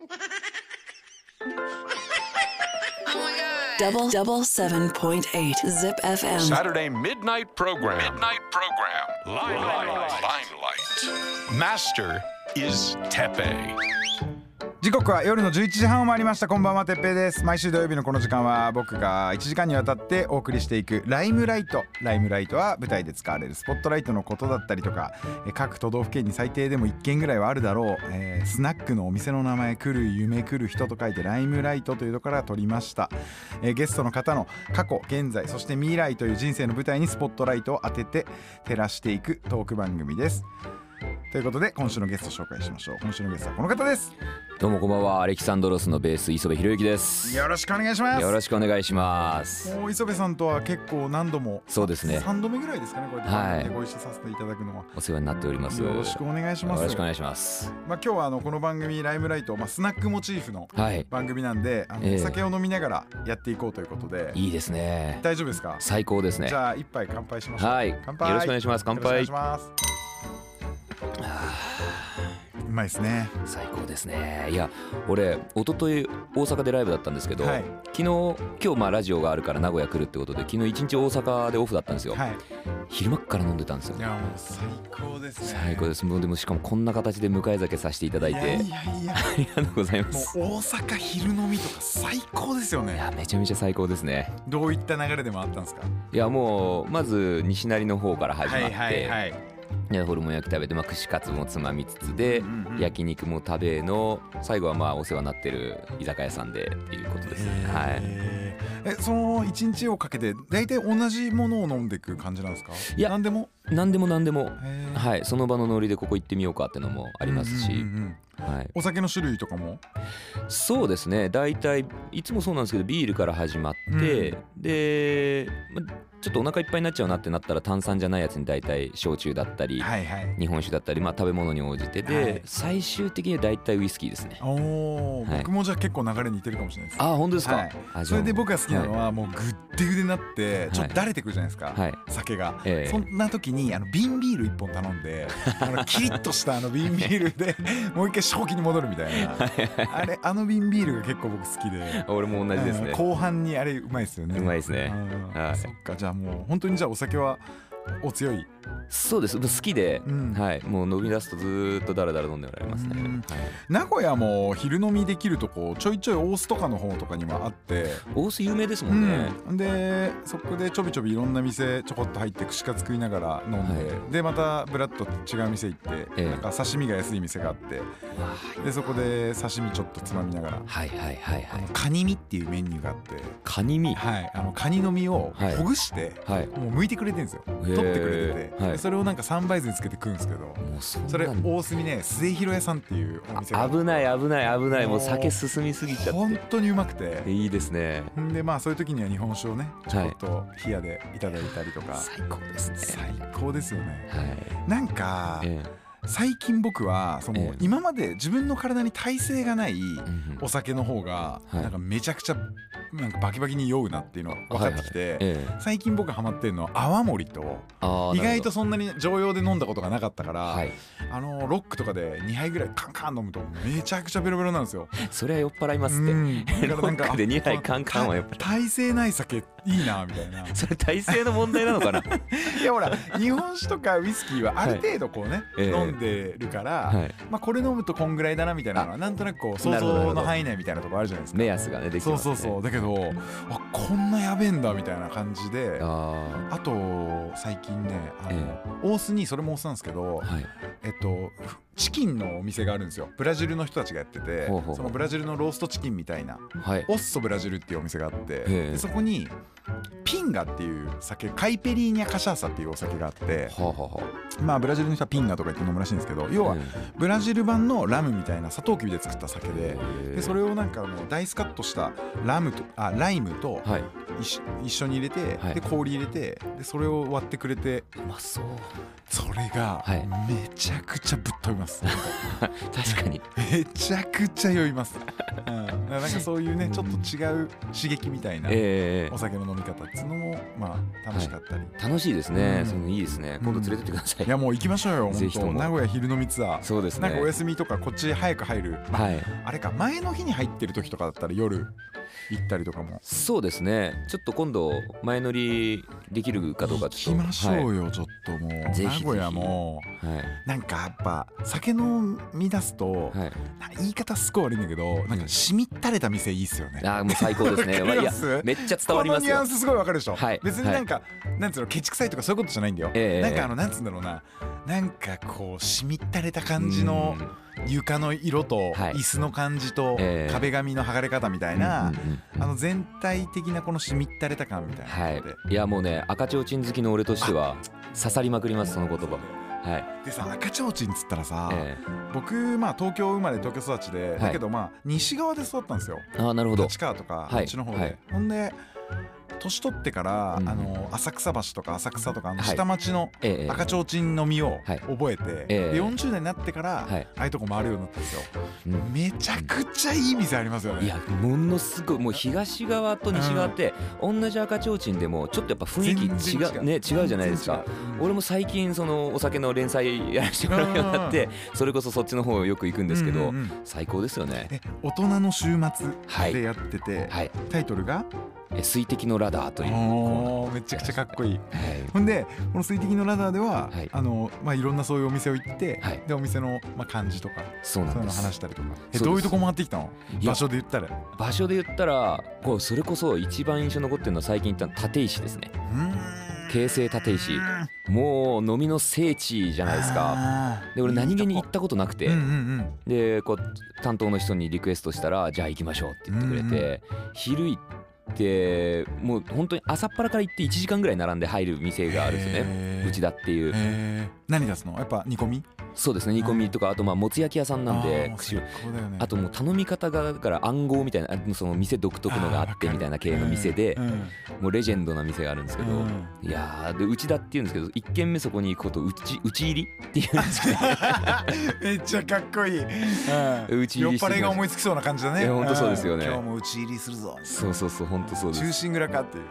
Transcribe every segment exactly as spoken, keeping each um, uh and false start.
Double double seven point eight Zip エフエム Saturday midnight program. Midnight program. Limelight. Limelight. Master is Teppei. 時刻は夜のじゅういちじはんを回りました。こんばんは、てっぺいです。毎週土曜日のこの時間は僕がいちじかんにわたってお送りしていくライムライト。ライムライトは舞台で使われるスポットライトのことだったりとか、各都道府県に最低でもいっけんぐらいはあるだろう、えー、スナックのお店の名前、来る夢来る人と書いてライムライトというところから取りました。えー、ゲストの方の過去現在そして未来という人生の舞台にスポットライトを当てて照らしていくトーク番組です。ということで今週のゲスト紹介しましょう。今週のゲストはこの方です。 どうもこんばんは。アレキサンドロスのベース磯部博之です。 よろしくお願いします。 よろしくお願いします。 もう磯部さんとは結構何度も、 そうですね、 さんどめぐらいですかね、こうやってご一緒させていただくのは。 お世話になっております。 よろしくお願いします。 よろしくお願いします。 まあ、今日はあのこの番組ライムライト、まあ、スナックモチーフの番組なんで、はい、あのお酒を飲みながらやっていこうということで、 いいですね。 大丈夫ですか？ 最高ですね。 じゃあ一杯乾杯しましょう。 はい、 乾杯。 よろしくお願いします。乾杯。 よろしくお願いします。うまいですね。 最高ですね。いや俺一昨日大阪でライブだったんですけど、はい、昨日今日まあラジオがあるから名古屋来るってことで昨日一日大阪でオフだったんですよ、はい、昼間っから飲んでたんですよ。 いやもう最高ですね。 最高です。もうでもしかもこんな形で迎え酒させていただいて、いやいやいやありがとうございます。 もう大阪昼飲みとか最高ですよね。 いやめちゃめちゃ最高ですね。 どういった流れでもあったんですか？ いやもうまず西成の方から始まって、はいはいはい、でホルモン焼き食べて、まあ、串カツもつまみつつで、うんうんうん、焼肉も食べの最後はまあお世話になってる居酒屋さんでっていうことですね。はい、 えそのいちにちをかけて大体同じものを飲んでいく感じなんですか？ いや何でも何でも何でも、はい、その場のノリでここ行ってみようかってのもありますし、うんうんうん、はい、 お酒の種類とかもそうですね。大体いつもそうなんですけどビールから始まって、うん、で、まちょっとお腹いっぱいになっちゃうなってなったら炭酸じゃないやつに大体焼酎だったり、はいはい、日本酒だったり、まあ、食べ物に応じてで、はい、最終的には大体ウイスキーですね。 お、はい、僕もじゃあ結構流れ似てるかもしれないです。 あ、本当ですか？はい、 あそれで僕が好きなのは、はい、もうグッデグデになってちょっとだれてくるじゃないですか、はい、酒が、えー、そんな時にあの瓶ビールいっぽん頼んであのキリッとしたあの瓶ビールでもう一回正気に戻るみたいなあれあの瓶ビールが結構僕好きで俺も同じですね。 後半にあれうまいですよね。 うまいですね、 はい、そっか。じゃあもう本当にじゃあお酒はお強い？ そうです。好きで、うん、はい、もう飲み出すとずっとダラダラ飲んでおられますね、はい、 名古屋も昼飲みできるとこちょいちょい大須とかの方とかにもあって、 大須有名ですもんね、 うん、でそこでちょびちょびいろんな店ちょこっと入って串カツ食いながら飲んで、はい、でまたブラッと違う店行って、ええ、なんか刺身が安い店があってでそこで刺身ちょっとつまみながら、はいはいはいはい、あのカニ身っていうメニューがあって、 カニ身、 はい、あのカニの身をほぐして、はい、もう剥いてくれてるんですよ、取ってくれてて、はい、それをなんかサンバイズにつけて食うんですけど、もう そ, それ大須にね末広屋さんっていうお店が危ない危ない危ない、もう酒進みすぎちゃって本当にうまくていいですね。 でまあそういう時には日本酒をねちょっと冷やでいただいたりとか、はい、 最高ですね。 最高ですよね、 はい、 なんか、ええ最近僕はその、ええ、今まで自分の体に耐性がないお酒の方がなんかめちゃくちゃなんかバキバキに酔うなっていうのが分かってきて、はいはいええ、最近僕ハマってるのは泡盛と、意外とそんなに常用で飲んだことがなかったから、はい、あのロックとかでにはいぐらいカンカン飲むとめちゃくちゃベロベロなんですよ。 それは酔っ払いますって、うん、ロックでにはいカンカンはやっぱり耐性ない酒いいなみたいなそれ耐性の問題なのかないやほら日本酒とかウイスキーはある程度こうね、はい、飲んでるから、はい、まあ、これ飲むとこんぐらいだなみたいなのはなんとなくこう想像の範囲内みたいなところあるじゃないですか。 目安がねできてますね。 そうそうそう。だけどあこんなやべえんだみたいな感じで、 あ, あと最近ねあの、ええ、大須にそれも大須なんですけど、はい、えっとチキンのお店があるんですよ。ブラジルの人たちがやってて、ほうほう、そのブラジルのローストチキンみたいな、はい、オッソブラジルっていうお店があって、でそこにピンガっていう酒、カイペリーニャカシャーサっていうお酒があって、はあはあ、まあブラジルの人はピンガとか言って飲むらしいんですけど、要はブラジル版のラムみたいなサトウキビで作った酒で、でそれをなんかあのダイスカットしたラムとあライムと一、はい、一緒に入れて、はい、で氷入れてでそれを割ってくれて、 うまそう。 それがめちゃくちゃぶっ飛びます。 ます確かにめちゃくちゃ酔います、うん、なんかそういうねちょっと違う刺激みたいなお酒の飲み方っていうのもまあ楽しかったり、 はい、楽しいですね、うん、そのいいですね。今度連れてってください、うん、 いやもう行きましょうよぜひとも。名古屋昼飲みツアー。 そうですね。 なんかお休みとかこっち早く入る、まあはい、あれか前の日に入ってる時とかだったら夜行ったりとかも。 そうですね。ちょっと今度前乗りできるかどうかちょっと行きましょうよ、はい、ちょっともうぜひぜひ名古屋も、はい、なんかやっぱ酒飲み出すと、はい、言い方すごい悪いんだけどなんかしみったれた店いいっすよね。 あーもう最高ですね。いやめっちゃ伝わりますよ。 このニュアンスすごいわかるでしょ、はい、別になんか、 はい、 なんつうのケチくさいとかそういうことじゃないんだよ、えー、なんかあのなんつうんだろうな、なんかこうしみったれた感じの床の色と椅子の感じと壁紙の剥がれ方みたいな、あの全体的なこのしみったれた感みたいなので、 はい、いやもうね赤ちょうちん好きの俺としては刺さりまくりますその言葉。はい、 でさ赤ちょうちんっつったらさ、えー、僕まあ東京生まれ東京育ちで、はい、だけどまあ西側で育ったんですよ。 あ、なるほど。 立川とかこっちの方で、はい、ほんで年取ってから、うん、あの浅草橋とか浅草とかあの下町の赤ちょうちん飲みを覚えて、はいええ、でよんじゅう代になってから、はい、ああいうとこ回るようになったんですよ、うん、めちゃくちゃいい店ありますよね。 いやものすごいもう東側と西側って、うん、同じ赤ちょうちんでもちょっとやっぱ雰囲気違う、ね、違うじゃないですか、うん、俺も最近そのお酒の連載やらせてもらうようになってそれこそそっちの方よく行くんですけど、うんうんうん、最高ですよね。 大人の週末でやってて、はいはい、タイトルが水滴のラダーというおめちゃくちゃかっこいい、はい、ほんでこの水滴のラダーでは、はいあのまあ、いろんなそういうお店を行って、はい、でお店の、まあ、感じとかそうなんです、そういうの話したりとか。えどういうとこ回ってきたの？場所で言ったら場所で言ったらこうそれこそ一番印象残ってるのは最近行ったの立石ですね。京成立石もう飲みの聖地じゃないですか。で俺何気に行ったことなくて、うんうんうん、でこう担当の人にリクエストしたらじゃあ行きましょうって言ってくれて、うんうん、昼行ってでもう本当に朝っぱらから行っていちじかんぐらい並んで入る店があるんですよね。内田っていう。 何出すの？やっぱ煮込み？ そうですね、煮込みとかあとまあもつ焼き屋さんなんで、 あ, ね、あともう頼み方がだから暗号みたいなその店独特のがあってみたいな系の店で、うんうん、もうレジェンドな店があるんですけど、うん、いやで内田っていうんですけど一軒目そこに行くこと内打ち入りっていうんですけどめっちゃかっこいい、うん、打ち入りして酔っ払いが思いつきそうな感じだね。 いや本当そうですよね、 今日も打ち入りするぞ。 そうそうそう本当そうです。 中心蔵かっていう、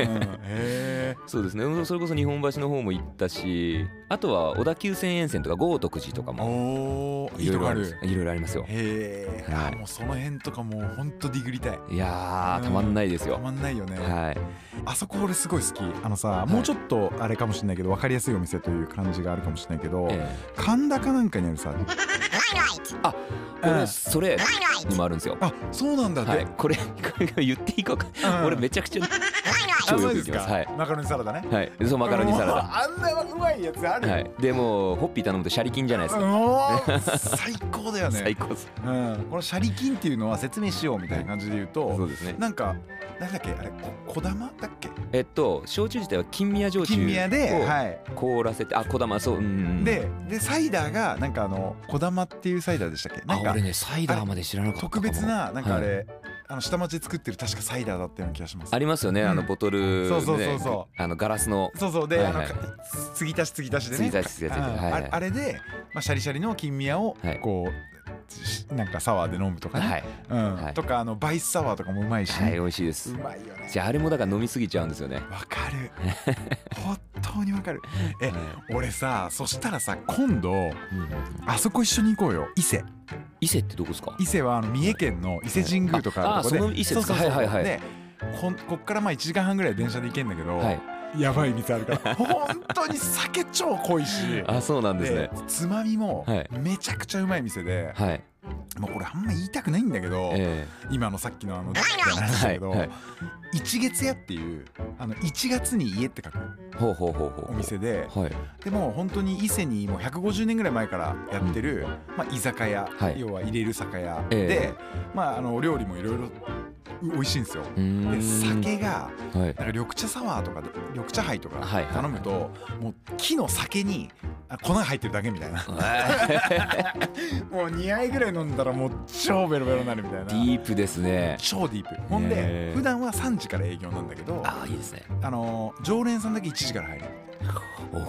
うん、へそうですね。それこそ日本橋の方も行ったし、あとは小田急線沿線とか豪徳寺とかもおいいとこある。 いろいろありますよ。 へえ、はい、もうその辺とかもうほんとディグりたい。 いやーたまんないですよ。 たまんないよね、 はい、 あそこ俺すごい好き。あのさ、はい、もうちょっとあれかもしれないけど分かりやすいお店という感じがあるかもしれないけど、ええ、神田かなんかにあるさあ俺それにもあるんですよ。 あそうなんだ、 はい、これこれ言っていいか分かんない、うん、俺めちゃくちゃ超よく行きます。はい、 マカロニサラダね。 はい、そうマカロニサラダあんなうまいやつある、 はい、でもホッピー頼むとシャリキンじゃないですか。最高だよね。 最高です、 うん、このシャリキンっていうのは説明しようみたいな感じで言うと、 そうですね、 なんかなんだっけあれこだまだっけ。 えっと焼酎自体は金宮焼酎金宮で、はい、 凍らせてあこだまそう、うん、 ででサイダーがなんかあのこだまっていうサイダーでしたっけ。なんかあ俺ねサイダーまで知らなかった。 特別ななんかあれ、はい、あの下町で作ってる確かサイダーだったような気がします。 ありますよね、うん、あのボトル、ね、 そうそうそうそうあのガラスのそうそうで、はいはい、あの継ぎ足し継ぎ足しでね、 継ぎ足し継ぎ足しで、はいはい、 あれで、まあ、シャリシャリの金宮をこう、はいなんかサワーで飲むとかね、はいうんはい、とかあのバイスサワーとかもうまいし、 はい美味しいです。 うまいよね。 じゃああれもだから飲みすぎちゃうんですよね。 わかる本当にわかる。え、はい、俺さそしたらさ今度、うん、あそこ一緒に行こうよ。伊勢。 伊勢ってどこですか？ 伊勢はあの三重県の伊勢神宮とかあとこで、ああその伊勢ですか。はいはいはい。でこ, こっからまあいちじかんはんぐらい電車で行けんだけど、はいやばい店あるから本当に酒超濃いしあそうなんですね。 つまみもめちゃくちゃうまい店で、はい、もうこれあんま言いたくないんだけど、えー、今のさっきのあのじゃないんだけど、はいはい、一月屋っていうあのいちがつに家って書くほうほうほうほうお店で、はい、でも本当に伊勢にもうひゃくごじゅうねんぐらい前からやってる、うんまあ、居酒屋、はい、要は入れる酒屋で、えー、まああのお料理もいろいろ美味しいんですよ。で酒がなんか緑茶サワーとか緑茶杯とか頼むともう木の酒に粉が入ってるだけみたいなもうにはいぐらい飲んだらもう超ベロベロになるみたいな。 ディープですね。 超ディープ。ほんで普段はさんじから営業なんだけど、 あいいですね。 あの常連さんだけいちじから入る。 うん、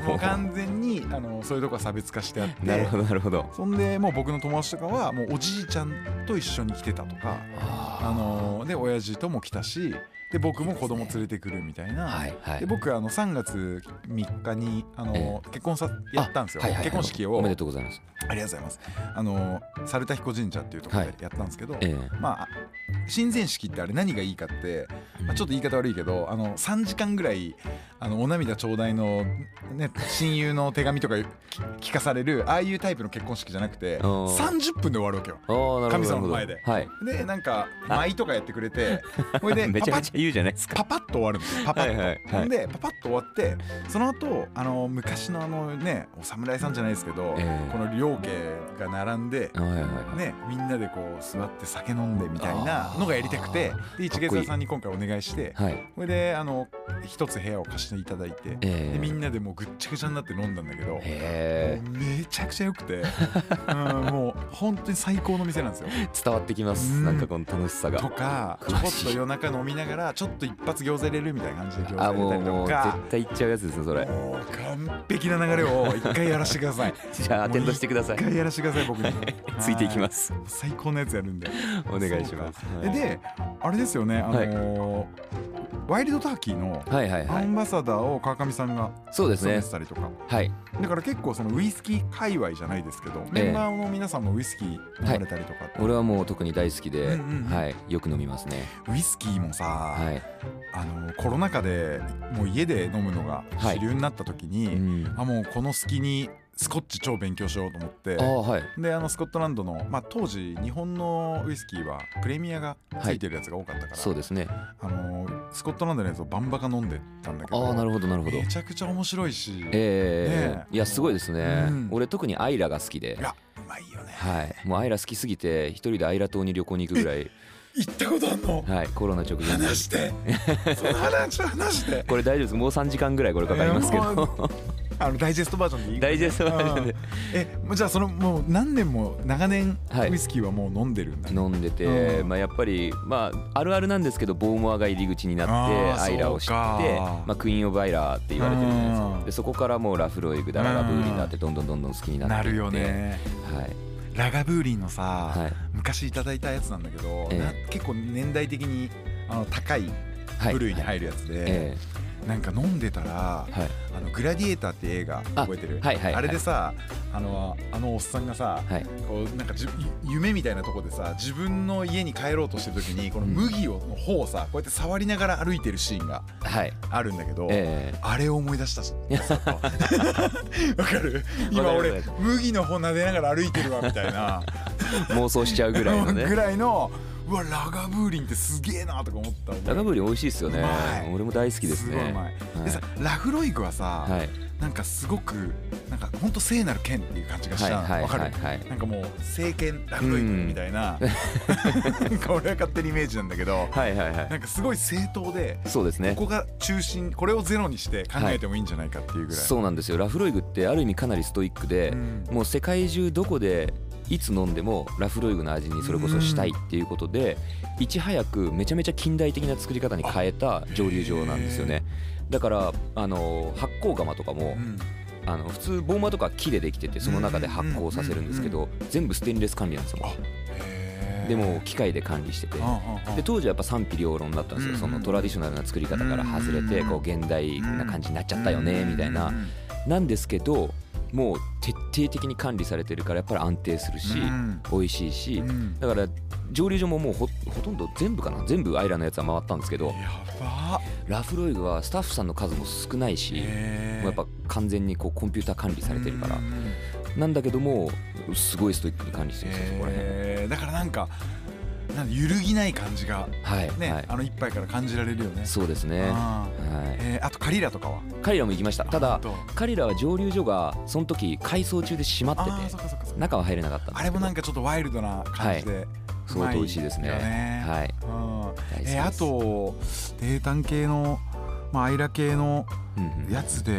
もう完全にあのそういうとこは差別化してあって、 なるほどなるほど。 そんでもう僕の友達とかはもうおじいちゃんと一緒に来てたとか、あので親父とも来たし、で僕も子供連れてくるみたいな、はいはい、で僕あのさんがつみっかにあの、えー、結婚さやったんですよ、はいはいはい、結婚式を。 おめでとうございます。 ありがとうございます。あの猿田彦神社っていうところでやったんですけど、はい、えー、まあ神前式ってあれ何がいいかって、まあ、ちょっと言い方悪いけどあのさんじかんぐらいあのお涙頂戴の、ね、親友の手紙とか聞かされるああいうタイプの結婚式じゃなくてさんじゅっぷんで終わるわけよ、神様の前で、はい、でなんか舞とかやってくれてこれでめちゃめちゃ言うじゃないですか。 パパッと終わるんですよ、パパッと、はいはいはい、でパパッと終わってその後あの昔のあのねお侍さんじゃないですけど、えー、この両家が並んで、はいはいはい、ね、みんなでこう座って酒飲んでみたいなのがやりたくて、で一月さんに今回お願いして、はい、これであの一つ部屋を貸していただいて、えー、でみんなでもうぐっちゃぐちゃになって飲んだんだけど、えー、めちゃくちゃ良くて、うん、もう本当に最高の店なんですよ。 伝わってきます、うん、なんかこの楽しさが。 とかちょこっと夜中飲みながらちょっと一発餃子入れるみたいな感じで餃子入れたりとか、 絶対行っちゃうやつですねそれ。 もう完璧な流れを一回やらせてください。 じゃあアテンドしてください。 一回やらせてください僕に。 ついていきます。 最高のやつやるんでお願いします。 はい、であれですよね、あのーはい、ワイルドターキーのアンバサダーを川上さんが務めてたりとか、はい、だから結構そのウイスキー界隈じゃないですけど、メンバーの皆さんもウイスキー飲まれたりとか、はい、 俺はもう特に大好きで、うんうんうん、はい、よく飲みますね。 ウイスキーもさ、はい、あのコロナ禍でもう家で飲むのが主流になった時に、はい、うん、あもうこの隙にスコッチ超勉強しようと思って、あ、はい、であのスコットランドの、まあ、当時日本のウイスキーはプレミアがついてるやつが多かったから、はい、 そうですね、 あのスコットランドのやつをバンバカ飲んでたんだけど、 あ、なるほどなるほど、 めちゃくちゃ面白いし、 えーね、いやすごいですね、うん、俺特にアイラが好きで、 いやうまいよね、 はい、もうアイラ好きすぎて一人でアイラ島に旅行に行くぐらい行ったことあんの？ はい、コロナ直前に。 話してその話話してこれ大丈夫です、もうさんじかんぐらいこれかかりますけどあのダイジェストバージョンでいい？ ダイジェストバージョンで。 え、じゃあそのもう何年も長年ウイスキーはもう飲んでるんだ、ね、 飲んでて、まあやっぱりまああるあるなんですけど、ボーモアが入り口になってアイラを知って、まあクイーンオブアイラーって言われてるじゃないですか。でそこからもうラフロイグだラガブーリンだってどんどんどんどん好きになっていって、なるよね。はい。 ラガブーリンのさ、はい、昔いただいたやつなんだけど、えー、結構年代的にあの高い部類に入るやつで、はいはい、えー、なんか飲んでたら、はい、あのグラディエーターって映画覚えてる？あ、はいはいはい、あれでさ、あのあのおっさんがさ、はい、こうなんかじ夢みたいなとこでさ、自分の家に帰ろうとしてる時にこの麦をの方をさ、こうやって触りながら歩いてるシーンがあるんだけど、はい、えー、あれを思い出したしわかる？今俺麦の方撫でながら歩いてるわみたいな妄想しちゃうぐらいのねぐらいの、うわラガブーリンってすげえなとか思った。 ラガブーリン美味しいですよね。俺も大好きですね。 すごいうまい、はい、でさラフロイグはさ、はい、なんかすごくなんかほんと聖なる剣っていう感じがした。わ、はいはい、かる、はいはい、なんかもう聖剣ラフロイグみたいな、なんか俺は勝手にイメージなんだけど、はいはいはい、なんかすごい正当で、そうですね、ここが中心、これをゼロにして考えてもいいんじゃないかっていうぐらい、はい、そうなんですよ。ラフロイグってある意味かなりストイックで、うん、もう世界中どこでいつ飲んでもラフロイグの味にそれこそしたいっていうことで、いち早くめちゃめちゃ近代的な作り方に変えた蒸留所なんですよね。だからあの発酵釜とかも、うん、あの普通ボーマーとか木でできてて、その中で発酵させるんですけど、全部ステンレス管理なんですよ。でも機械で管理してて、で当時はやっぱ賛否両論だったんですよ。そのトラディショナルな作り方から外れてこう現代な感じになっちゃったよねみたいな、なんですけど、もう徹底的に管理されてるからやっぱり安定するし、うん、美味しいし、うん、だから蒸留所ももう ほ, ほとんど全部かな全部アイラのやつは回ったんですけど、やばラフロイグはスタッフさんの数も少ないし、もうやっぱ完全にこうコンピューター管理されてるから、うん、なんだけどもすごいストイックに管理してるんですよ、そこら辺。だからなんかなん揺るぎない感じが、はいね、はい、あの一杯から感じられるよね。そうですね。 あ,、はいえー、あとカリラとかはカリラも行きました。ただカリラは蒸留所がその時改装中で閉まってて、中は入れなかったんですけど、あれもなんかちょっとワイルドな感じで、はい、相当美味しいですね。はい、うん、えー、あと低炭系の、まあ、アイラ系のやつで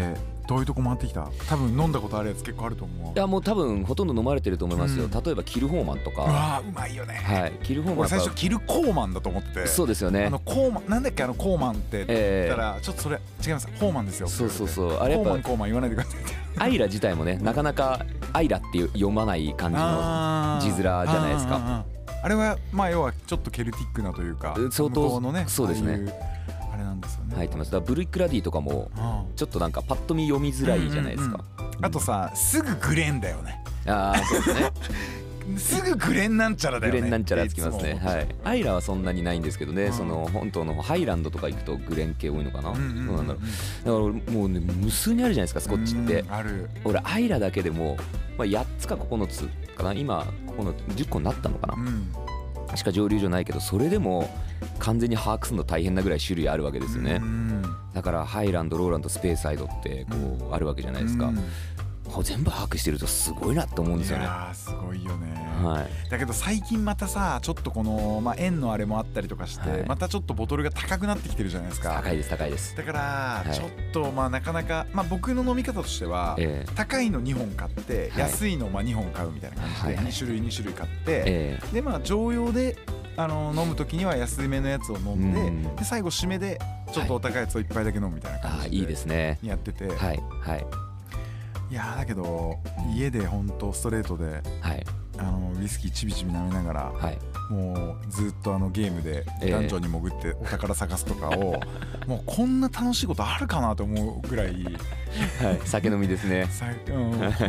どういうとこ回ってきた？多分飲んだことあるやつ結構あると思う。 いやもう多分ほとんど飲まれてると思いますよ、うん、例えばキルホーマンとか。 うわーうまいよね。 はい、キルホーマン。 俺最初キルコーマンだと思ってて。 そうですよね。 あのコーマンなんだっけあのコーマンって言ったら、えー、ちょっとそれ違います、ホーマンですよ。 そうそうそう、あれやっぱコーマンコーマン言わないでくださいって。 アイラ自体もねなかなかアイラって読まない感じの字面じゃないですか。 あれはまあ要はちょっとケルティックなというか相当のね、そうですね、 あれなんですよね。 入ってます。だからブルイックラディとかもちょっとなんかパッと見読みづらいじゃないですか、 うんうんうん、あとさすぐグレンだよね。 ああそうですねすぐグレンなんちゃらだよね。 グレンなんちゃらつきますね。はい。アイラはそんなにないんですけどね、うん、その本当のハイランドとか行くとグレン系多いのかな。うんうんうん、そうなんだろう。だからもうね無数にあるじゃないですかスコッチって。 ある。 俺アイラだけでもまあやっつかここのつかな、今ここのじゅっこになったのかな。うん、しか蒸留所ないけどそれでも完全に把握するの大変なぐらい種類あるわけですよね。うん、だからハイランドローランドスペーサイドってこうあるわけじゃないですか。うん、全部把握してるとすごいなって思うんですよね。 いやーすごいよね、 はい、 だけど最近またさちょっとこの、まあ、円のあれもあったりとかして、はい、またちょっとボトルが高くなってきてるじゃないですか。 高いです高いです。 だからちょっとまあなかなか、まあ、僕の飲み方としては、えー、高いのにほん買って安いのまあにほん買うみたいな感じでに種類に種類買って、えー、でまあ常用であの飲む時には安めのやつを飲んで、うん、で最後締めでちょっとお高いやつをいっぱいだけ飲むみたいな感じで、 いいですね、 やってて、 はいはい、 いやだけど家で本当ストレートで、はい、あのウイスキーちびちび舐めながら、はい、もうずっとあのゲームでダンジョンに潜ってお宝探すとかを、えー、もうこんな楽しいことあるかなと思うぐらい、 はい、酒飲みですね。 うん、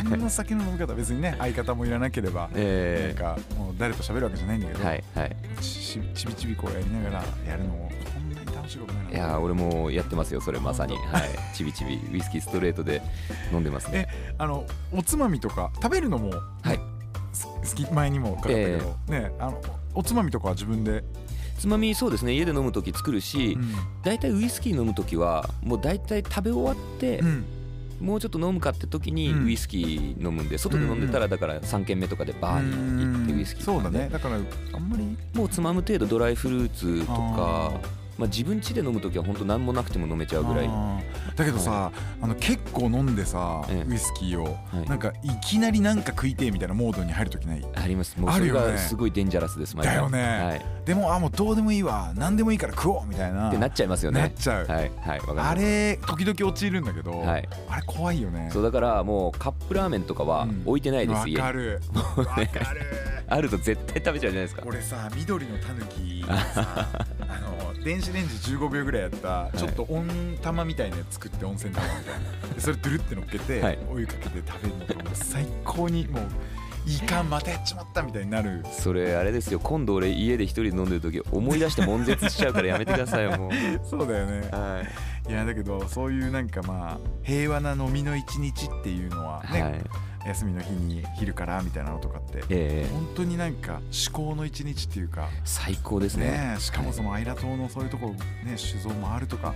こんな酒の飲み方別にね相方もいらなければ、えー、なんかもう誰と喋るわけじゃないんだけど、はいはい、ち, ちびちびこうやりながらやるのもこんなに楽しいことないな。 いや俺もやってますよそれまさに、はい、ちびちびウイスキーストレートで飲んでますね。 えあのおつまみとか食べるのも、はい、好き前にも書かったけど、えー、ねあのおつまみとかは自分でつまみそうですね家で飲むとき作るし、うん、だいたいウイスキー飲むときはもうだいたい食べ終わって、うん、もうちょっと飲むかって時にウイスキー飲むんで、外で飲んでたらだからさんけんめとかでバーに行ってウイスキーそうだね。だからあんまりもうつまむ程度ドライフルーツとかまあ、自分家で飲むときは本当何もなくても飲めちゃうぐらい。 だけどさ、はい、あの結構飲んでさ、ええ、ウイスキーを、はい、なんかいきなりなんか食いてえみたいなモードに入るときない？ あります。もうそれがすごいデンジャラスです。 だよね、はい、でもあもうどうでもいいわ何でもいいから食おうみたいなってなっちゃいますよね。 なっちゃう、 はいはい、わかります。 あれ時々陥るんだけど、はい、あれ怖いよね。 そうだからもうカップラーメンとかは置いてないです、 うん、 家に。 わかるわかるあると絶対食べちゃうじゃないですか。 俺さ緑のタヌキさあの電子レンジじゅうごびょうぐらいやったちょっと温玉みたいなやつ作って温泉玉みたいなでそれドゥルって乗っけて、はい、お湯かけて食べるのがもう最高にもういいかまたやっちまったみたいになる。 それあれですよ今度俺家で一人で飲んでる時思い出して悶絶しちゃうからやめてくださいよもうそうだよね、はい、いやだけどそういうなんかまあ平和な飲みの一日っていうのはね、はい、休みの日に昼からみたいなのとかって、えー、本当になんか至高の一日っていうか最高です ね, ねしかもそのアイラ島のそういうところね酒造回るとか、はい、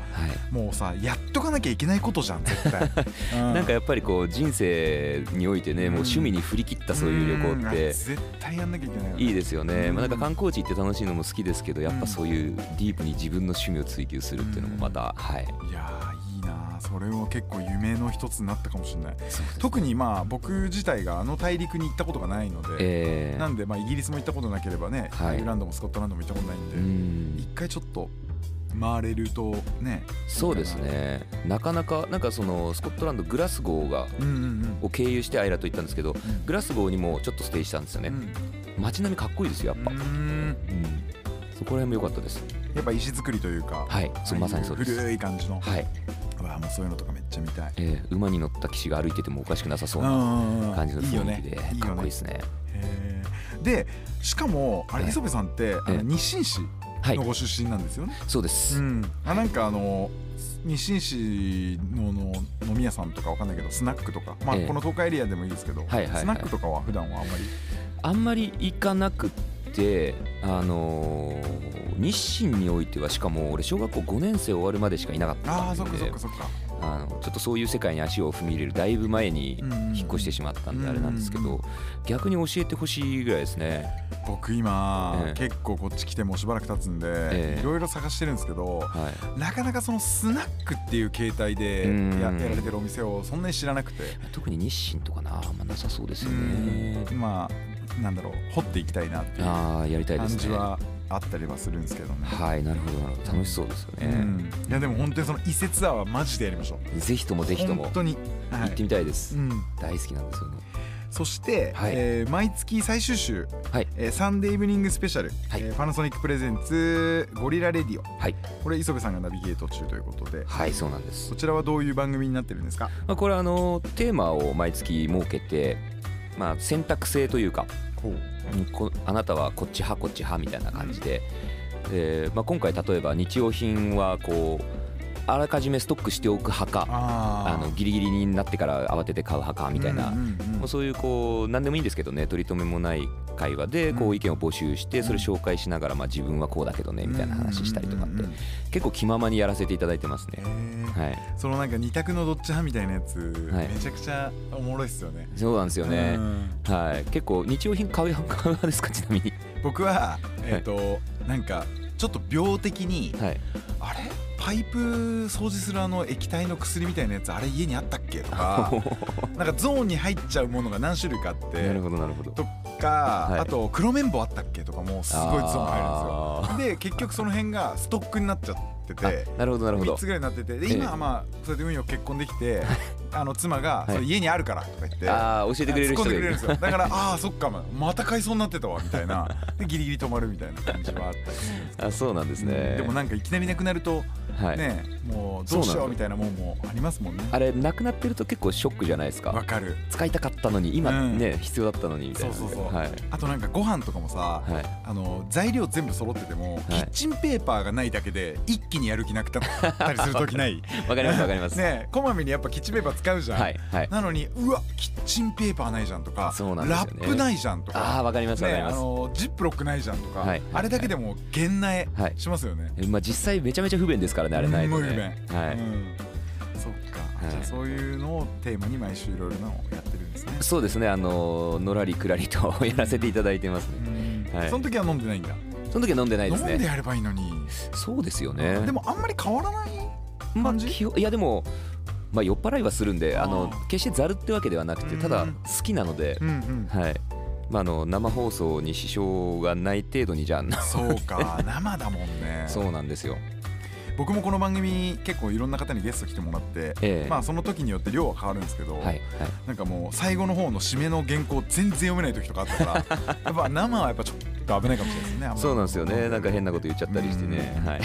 もうさやっとかなきゃいけないことじゃん絶対、 うん、なんかやっぱりこう人生においてね、うん、もう趣味に振り切ったそういう旅行って、うん、 絶対やんなきゃいけないよね。 いいですよね、うんまあ、なんか観光地行って楽しいのも好きですけどやっぱそういうディープに自分の趣味を追求するっていうのもまた、うん、はいいやいいなそれは結構夢の一つになったかもしれない。特にまあ僕自体があの大陸に行ったことがないので、えー、なんでまあイギリスも行ったことなければね、はい、アイルランドもスコットランドも行ったことないんで一回ちょっと回れるとね。 そうですねなかなかなんかそのスコットランドグラスゴーが、うんうんうん、を経由してアイラと行ったんですけど、うん、グラスゴーにもちょっとステイしたんですよね、うん、街並みかっこいいですよやっぱ。うん、うん、そこら辺も良かったです。 やっぱ石造りというかはいそうまさにそうです。 古い感じのはいわもうそういうのとかめっちゃ見たい、 えー、馬に乗った騎士が歩いててもおかしくなさそうな感じの雰囲気でかっこいいですね。 でしかもあれ磯部さんってあの日清市のご出身なんですよね、 はい、そうです、 うん、あなんかあの日清市 の, の飲み屋さんとかわかんないけどスナックとか、まあ、この東海エリアでもいいですけど、えーはいはいはい、スナックとかは普段はあんまりあんまり行かなくてあのー、日清においてはしかも俺小学校ごねん生終わるまでしかいなかったんで。 あーそっかそっかそっか。 あのちょっとそういう世界に足を踏み入れるだいぶ前に引っ越してしまったんであれなんですけど、逆に教えてほしいぐらいですね。 僕今、ええ、結構こっち来てもしばらく経つんでいろいろ探してるんですけど、はい、なかなかそのスナックっていう形態で や, やられてるお店をそんなに知らなくて、特に日清とかなあんまなさそうですよね。 まあなんだろう、掘っていきたいなっていう感じはあったりはするんですけどね。 はい、なるほどなるほど、楽しそうですよね。うん、 いやでも本当にその伊勢ツアーはマジでやりましょう。ぜひともぜひとも本当に、 はい、行ってみたいです、うん、大好きなんですよね。 そして、はい、えー、毎月最終週、はい、えー、サンデーイブニングスペシャル、はい、えー、パナソニックプレゼンツゴリラレディオ、はい、これ磯部さんがナビゲート中ということで、 はい、そうなんです。 こちらはどういう番組になってるんですか？ まあ、これはあのテーマを毎月設けて、まあ、選択制というか、ほう、こあなたはこっち派こっち派みたいな感じで、うん、で、まあ、今回例えば日用品はこうあらかじめストックしておく派か、ああのギリギリになってから慌てて買う派かみたいな、うんうんうん、もうそういうこう何でもいいんですけどね、取り留めもない会話でこう意見を募集してそれ紹介しながら、まあ自分はこうだけどねみたいな話したりとかって結構気ままにやらせていただいてますね。 はい、そのなんか二択のどっち派みたいなやつ、はい、めちゃくちゃおもろいっすよね。 そうなんですよね。はい、結構日用品買う派ですか？ちなみに僕はえっと、はい、なんかちょっと病的に、はい、あれパイプ掃除するあの液体の薬みたいなやつあれ家にあったっけとかなんかゾーンに入っちゃうものが何種類かあってなるほどなるほどとか、はい、あと黒綿棒あったっけとかもすごいゾーン入るんですよ。で結局その辺がストックになっちゃってて、 なるほどなるほど、 みっつぐらいになってて、で今はまあそれで運よく結婚できてあの妻がそれ家にあるからとか言って、 あ教えてくれる人がいる、突っ込んでくれるんですよ。だからああそっかまた買いそうになってたわみたいなでギリギリ止まるみたいな感じはあったりするんですけど。 あ、そうなんですね。 でもなんかいきなりなくなるとね、もうどうしようみたいなもんもありますもんね。 あれなくなってると結構ショックじゃないですか。 わかる。 使いたかったのに今ね必要だったのにみたいな。 そうそうそう。あとなんかご飯とかもさ、あの材料全部揃っててもキッチンペーパーがないだけで一気にやる気なくなったりする時ない？ わかりますわかります。 ね、こまめにやっぱキッチンペーパー使うじゃん。はいはい。なのにうわキッチンペーパーないじゃんとか、ラップないじゃんとか、 ああわかりますわかります。あのジップロックないじゃんとか、あれだけでもげんなえしますよね。 まあ実際めちゃめちゃ不便ですからねあれないとね。はい、うん、 そっか、はい、じゃあそういうのをテーマに毎週いろいろなのをやってるんですね。 そうですね、あののらりくらりとやらせていただいてますね。 はい、その時は飲んでないんだ。 その時は飲んでないですね。 飲んでやればいいのに。 そうですよね。 でもあんまり変わらない感じ、 まあ、いやでもまあ酔っ払いはするんで、あの決してざるってわけではなくて、ただ好きなので、うんうん、はい、まあ、あの生放送に支障がない程度にじゃあそうか生だもんね。 そうなんですよ。 僕もこの番組結構いろんな方にゲスト来てもらって、ええ、まあその時によって量は変わるんですけど、はいはい、なんかもう最後の方の締めの原稿全然読めない時とかあったからやっぱ生はやっぱちょっと危ないかもしれないですね。 そうなんですよね。なんか変なこと言っちゃったりしてね。はい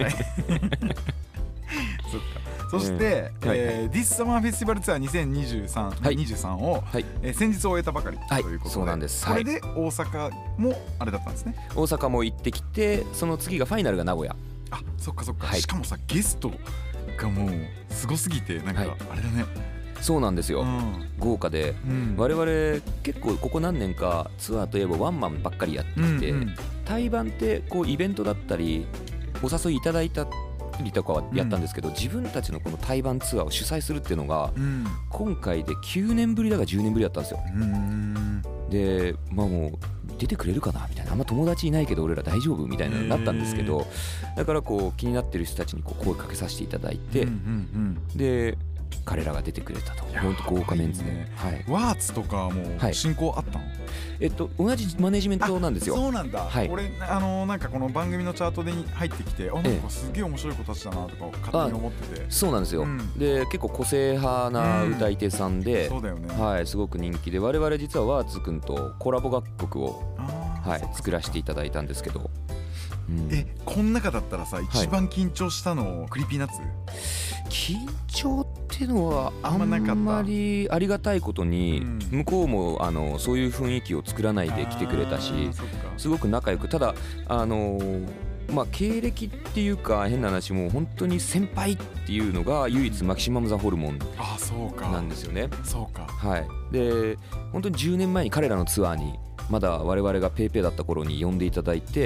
そっか。そして、えーはいえー、This Summer Festival Tour にせんにじゅうさん、はい、にじゅうさんを、はいえー、先日終えたばかりということで、はい、そうなんです。これで大阪もあれだったんですね。 大阪も行ってきて、その次がファイナルが名古屋。 あ、そっかそっか、はい、しかもさゲストがもうすごすぎてなんかあれだね、はい、 そうなんですよ、うん、豪華で、うん、我々結構ここ何年かツアーといえばワンマンばっかりやってきて、うんうん、対バンってこうイベントだったりお誘いいただいたりとかはやったんですけど、うん、自分たちのこの対バンツアーを主催するっていうのが、うん、今回できゅうねんぶりだかじゅうねんぶりだったんですよ。うんでまあもう出てくれるかなみたいな、あんま友達いないけど俺ら大丈夫みたいなのになったんですけど、だからこう気になってる人たちにこう声かけさせていただいて、うんうんうん、で彼らが出てくれたと。本当豪華メンツで、ね、はい、 ワーツとかも進行あったの？はい、 えっと同じマネジメントなんですよ。 そうなんだ、はい、俺あのなんかこの番組のチャートで入ってきて、あ、なんかすげえ面白い子たちだなとか勝手に思ってて。そうなんですよ、うん、 で結構個性派な歌い手さんで、うん、 そうだよね、 はい、すごく人気で、我々実はワーツくんとコラボ楽曲を、はい、作らせていただいたんですけど、 うん、えこの中だったらさ一番緊張したの、はい、クリーピーナッツ？ 緊張っていうのはあんまりありがたいことに、うん、向こうもあのそういう雰囲気を作らないで来てくれたし、すごく仲良く、ただあのまあ経歴っていうか変な話、もう本当に先輩っていうのが唯一マキシマムザホルモンなんですよね。 そうか、 はい、で本当にじゅうねんまえに彼らのツアーにまだ我々がペーペーだった頃に呼んでいただいて、うん、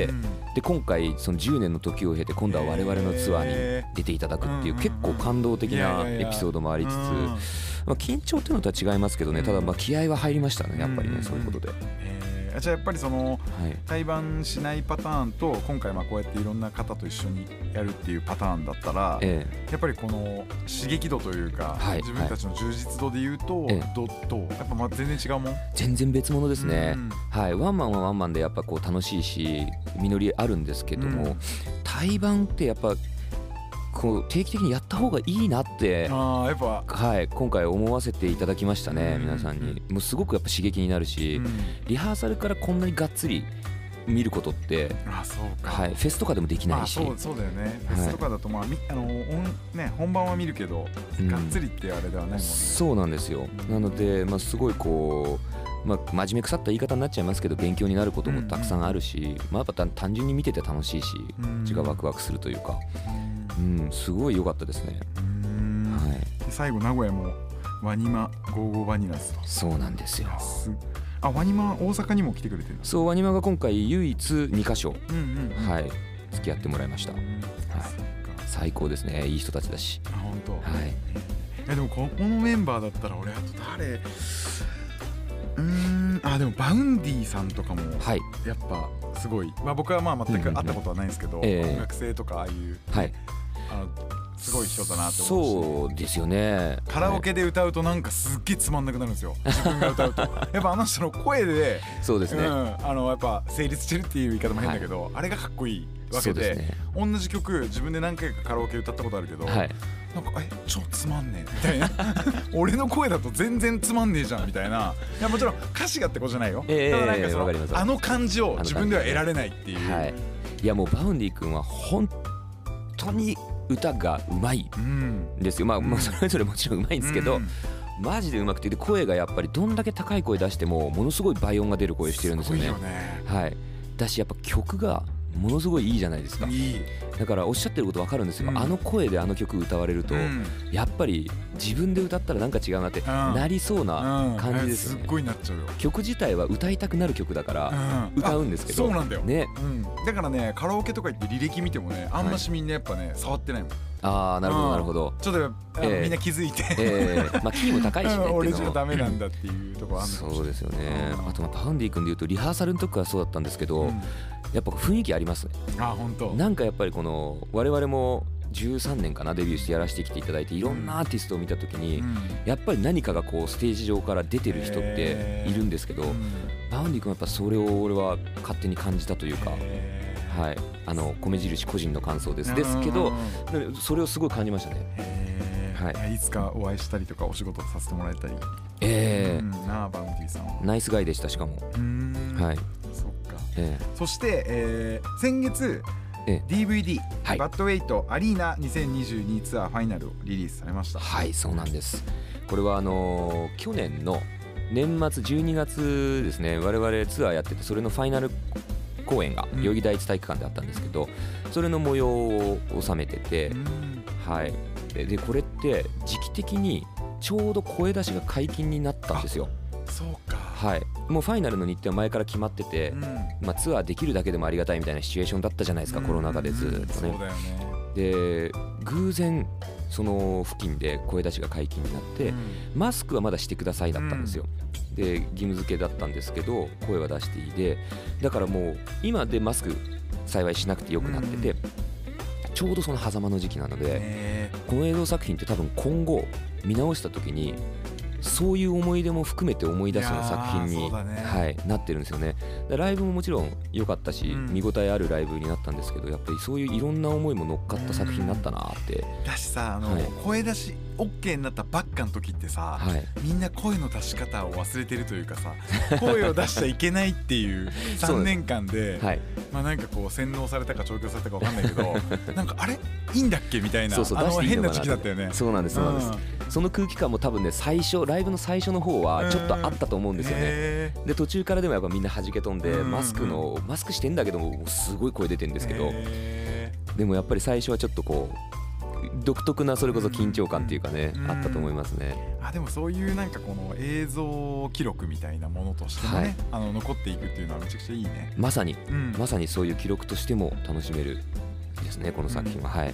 で今回そのじゅうねんの時を経て今度は我々のツアーに出ていただくっていう結構感動的なエピソードもありつつ、まあ緊張っていうのとは違いますけどね、ただまあ気合は入りましたね、やっぱりね、そういうことで。 じゃあやっぱりその対バンしないパターンと今回まあこうやっていろんな方と一緒にやるっていうパターンだったら、やっぱりこの刺激度というか自分たちの充実度でいうとどどうやっぱまあ全然違うもん？ 全然別物ですね。はい、ワンマンはワンマンでやっぱこう楽しいし実りあるんですけども、対バンってやっぱこう定期的にやった方がいいなってあやっぱ、 はい、今回思わせていただきましたね、うん、皆さんに。もうすごくやっぱ刺激になるし、うん、リハーサルからこんなにがっつり見ることってあそうか、 はい、フェスとかでもできないし、 まあ、そう、そうだよね、フェスとかだと、まあみあのね、本番は見るけど、うん、がっつりってあれではないもんね。 そうなんですよ。なので、まあ、すごいこう、まあ、真面目腐った言い方になっちゃいますけど勉強になることもたくさんあるし、うんうん、まあ、やっぱ単純に見てて楽しいし、うん、血がワクワクするというか、うん、すごい良かったですね。 うん、はい、で最後名古屋もワニマゴーゴーバニラスと。 そうなんですよ。 あ、ワニマ大阪にも来てくれてるんです。 そう、ワニマが今回唯一にかしょ、うんうんうん、はい、付き合ってもらいました。はい、最高ですね。いい人たちだし。 あ、本当。 はい。 え、でもここのメンバーだったら俺あと誰、うーん、あ、でもバウンディさんとかもやっぱすごい、まあ、僕はまあ全く会ったことはないんですけど、うんうんうん、学生とかああいう、 はい、 あのすごい人だなって思うし。 そうですよね。 カラオケで歌うとなんかすっげえつまんなくなるんですよ、自分が歌うとやっぱあの人の声でそうですね、うん、 あのやっぱ成立してるっていう言い方も変だけど、はい、あれがかっこいいわけ で, で、ね、同じ曲自分で何回かカラオケ歌ったことあるけど、はい、なんかえ超つまんねえみたいな俺の声だと全然つまんねえじゃんみたいな。いやもちろん歌詞がってことじゃないよ、えー、ただなんかその、えー、あの感じを自分では得られないっていう、 はい、いやもうバウンディ君は本当に歌がうまいんですよ、うん、まあ、まあそれぞれもちろんうまいんですけど、うん、マジでうまくて、で声がやっぱりどんだけ高い声出してもものすごい倍音が出る声してるんですよね。 すごいよね。 はい、だしやっぱ曲がものすごいいいじゃないですか。 いい。 だからおっしゃってること分かるんですよ、うん、あの声であの曲歌われると、うん、やっぱり自分で歌ったらなんか違うなってなりそうな感じですよね、 うんうん、すっごいなっちゃうよ。 曲自体は歌いたくなる曲だから歌うんですけど、 そうなんだよ、 ね、 うん、だからねカラオケとか行って履歴見てもねあんましみんなやっぱね、はい、触ってないもん。 ああ、なるほどなるほど、 ちょっと、えー、みんな気づいて、 えーまあ、キーも高いしね俺じゃダメなんだっていうところあるのかもしれない。そうですよね。あとまあパウンディ君でいうとリハーサルの時からそうだったんですけど、うん、やっぱ雰囲気ありますね。 あ、本当。 なんかやっぱりこの我々もじゅうさんねんかなデビューしてやらせてきていただいていろんなアーティストを見た時に、うん、やっぱり何かがこうステージ上から出てる人っているんですけど、うん、バウンディ君はやっぱそれを俺は勝手に感じたというか、はい、あの米印個人の感想ですですけど、それをすごい感じましたね。 はい、いつかお会いしたりとかお仕事させてもらえたり、 えー、 うん、なあバウンディさんはナイスガイでしたしかも。 うーん、 はい、 そっか、 えー、 そして、えー、先月、えー、ディーブイディー、はい、バッドウェイトアリーナにせんにじゅうにツアーファイナルをリリースされました。 はい、そうなんです。これはあのー、去年の年末じゅうにがつですね、我々ツアーやっててそれのファイナル公演が代々木第一体育館であったんですけど、うん、それの模様を収めてて、うん、はい、でこれって時期的にちょうど声出しが解禁になったんですよ。 そうか、 はい、もうファイナルの日程は前から決まってて、うん、まあ、ツアーできるだけでもありがたいみたいなシチュエーションだったじゃないですか、うん、コロナ禍でずっとね。 そうだよね。 で偶然その付近で声出しが解禁になって、うん、マスクはまだしてくださいだったんですよ、うん、で義務付けだったんですけど声は出していいで、だからもう今でマスク幸いしなくてよくなってて、うん、ちょうどその狭間の時期なので、この映像作品って多分今後見直した時にそういう思い出も含めて思い出すような作品に、ね、はい、なってるんですよね。ライブももちろん良かったし、うん、見応えあるライブになったんですけど、やっぱりそういういろんな思いも乗っかった作品になったなって。 だしさ、あの、はい、声出し OK になったばっかの時ってさ、はい、みんな声の出し方を忘れてるというかさ声を出しちゃいけないっていうさんねんかんで、はい、まあなんかこう洗脳されたか調教されたか分かんないけどなんかあれいいんだっけみたいな、そうそう、あの変な時期だったよね。 そうなんです、そうなんです、うん、その空気感も多分ね最初ライブの最初の方はちょっとあったと思うんですよね。で途中からでもやっぱみんな弾け飛んで、マスクのマスクしてんだけどもすごい声出てるんですけど、でもやっぱり最初はちょっとこう独特なそれこそ緊張感っていうかね、あったと思いますね。 あでもそういうなんかこの映像記録みたいなものとしてもね、はい、あの残っていくっていうのはめちゃくちゃいいね。 まさに、うん、まさにそういう記録としても楽しめるですね、この作品は。うん、はい。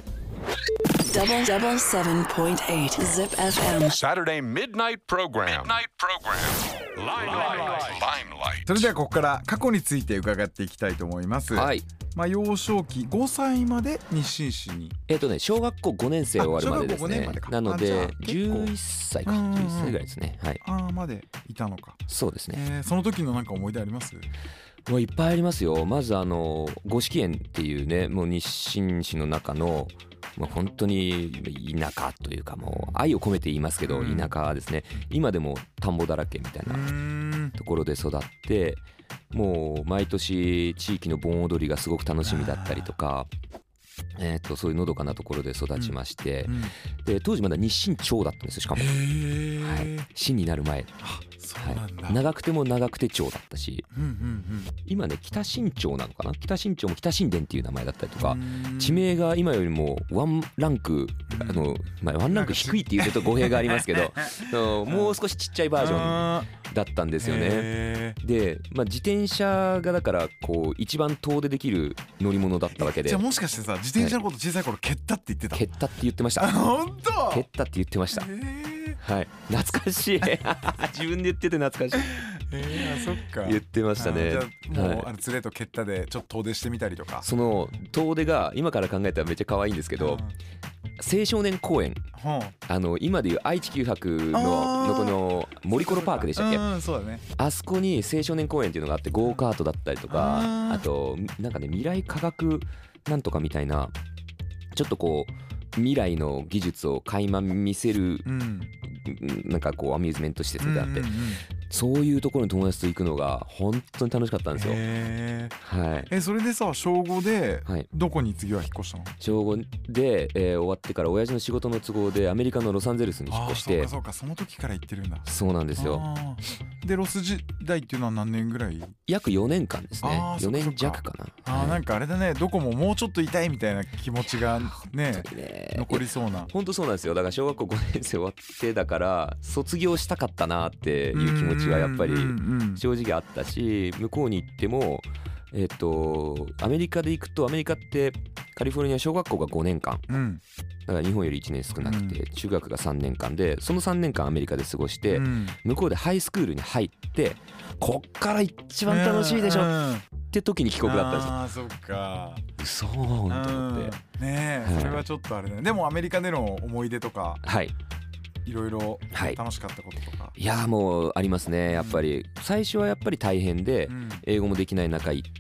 Double double seven point eight Zip エフエム Saturday Midnight Program Midnight Program Limelight それではここから過去について伺っていきたいと思います。はい。まあ幼少期ごさいまで日清市にえっとね小学校ごねん生終わるまでですね。なのでじゅういっさいかじゅういっさいぐらいですね。はい。 ああまでいたのか。 そうですね。 えー、その時のなんか思い出あります？ もういっぱいありますよ。まずあの五色園っていうねもう日清市の中のもう本当に田舎というかもう愛を込めて言いますけど田舎ですね。今でも田んぼだらけみたいなところで育ってもう毎年地域の盆踊りがすごく楽しみだったりとかえとそういうのどかなところで育ちましてで当時まだ日清町だったんですよ。しかもはい清になる前はい、長くても長くて町だったし、うんうんうん、今ね北新町なのかな北新町も北新田っていう名前だったりとか地名が今よりもワンランクあの、まあ、ワンランク低いっていうと語弊がありますけどもう少しちっちゃいバージョンだったんですよね。で、まあ、自転車がだからこう一番遠出できる乗り物だったわけでじゃあもしかしてさ自転車のこと小さい頃蹴ったって言ってた？ 蹴ったって言ってました。 本当？ 蹴ったって言ってました。はい、懐かしい自分で言ってて懐かしいえー、そっか言ってましたね。 じゃあもう、はい、あの連れと蹴ったでちょっと遠出してみたりとかその遠出が今から考えたらめっちゃ可愛いんですけど、うん、青少年公園、うん、あの今でいう愛知九博 の, のこの森コロパークでしたっけ、 うんそうだね、 あそこに青少年公園っていうのがあってゴーカートだったりとか、うん、あとなんかね未来科学なんとかみたいなちょっとこう未来の技術を垣間見せる、うん、なんかこうアミューズメント施設であって、うんうんうん、そういうところに友達と行くのが本当に楽しかったんですよ。 へー、はい、 えそれでさ小ごでどこに次は引っ越したの？ 小ごで、えー、終わってから親父の仕事の都合でアメリカのロサンゼルスに引っ越して。 あそうかそうかその時から行ってるんだ。 そうなんですよ。 でロス時代っていうのは何年ぐらい？ 約よねんかんですね。よねん弱かな。 あ、はい、なんかあれだねどこももうちょっといたいみたいな気持ちがね残りそうな。 本当そうなんですよ。だから小学校ごねん生終わってだから卒業したかったなっていう気持ちはやっぱり正直あったし向こうに行ってもえっとアメリカで行くとアメリカってカリフォルニア小学校がごねんかん、うん、だから日本よりいちねん少なくて、うん、中学がさんねんかんでそのさんねんかんアメリカで過ごして、うん、向こうでハイスクールに入ってこっから一番楽しいでしょって時に帰国だったんですよ。 あーそっか嘘と思ってねえ、はい、それはちょっとあれだね。でもアメリカでの思い出とかはいいろいろ楽しかったこととか、はい、 いやもうありますね。やっぱり、うん、最初はやっぱり大変で、うん、英語もできない中行って、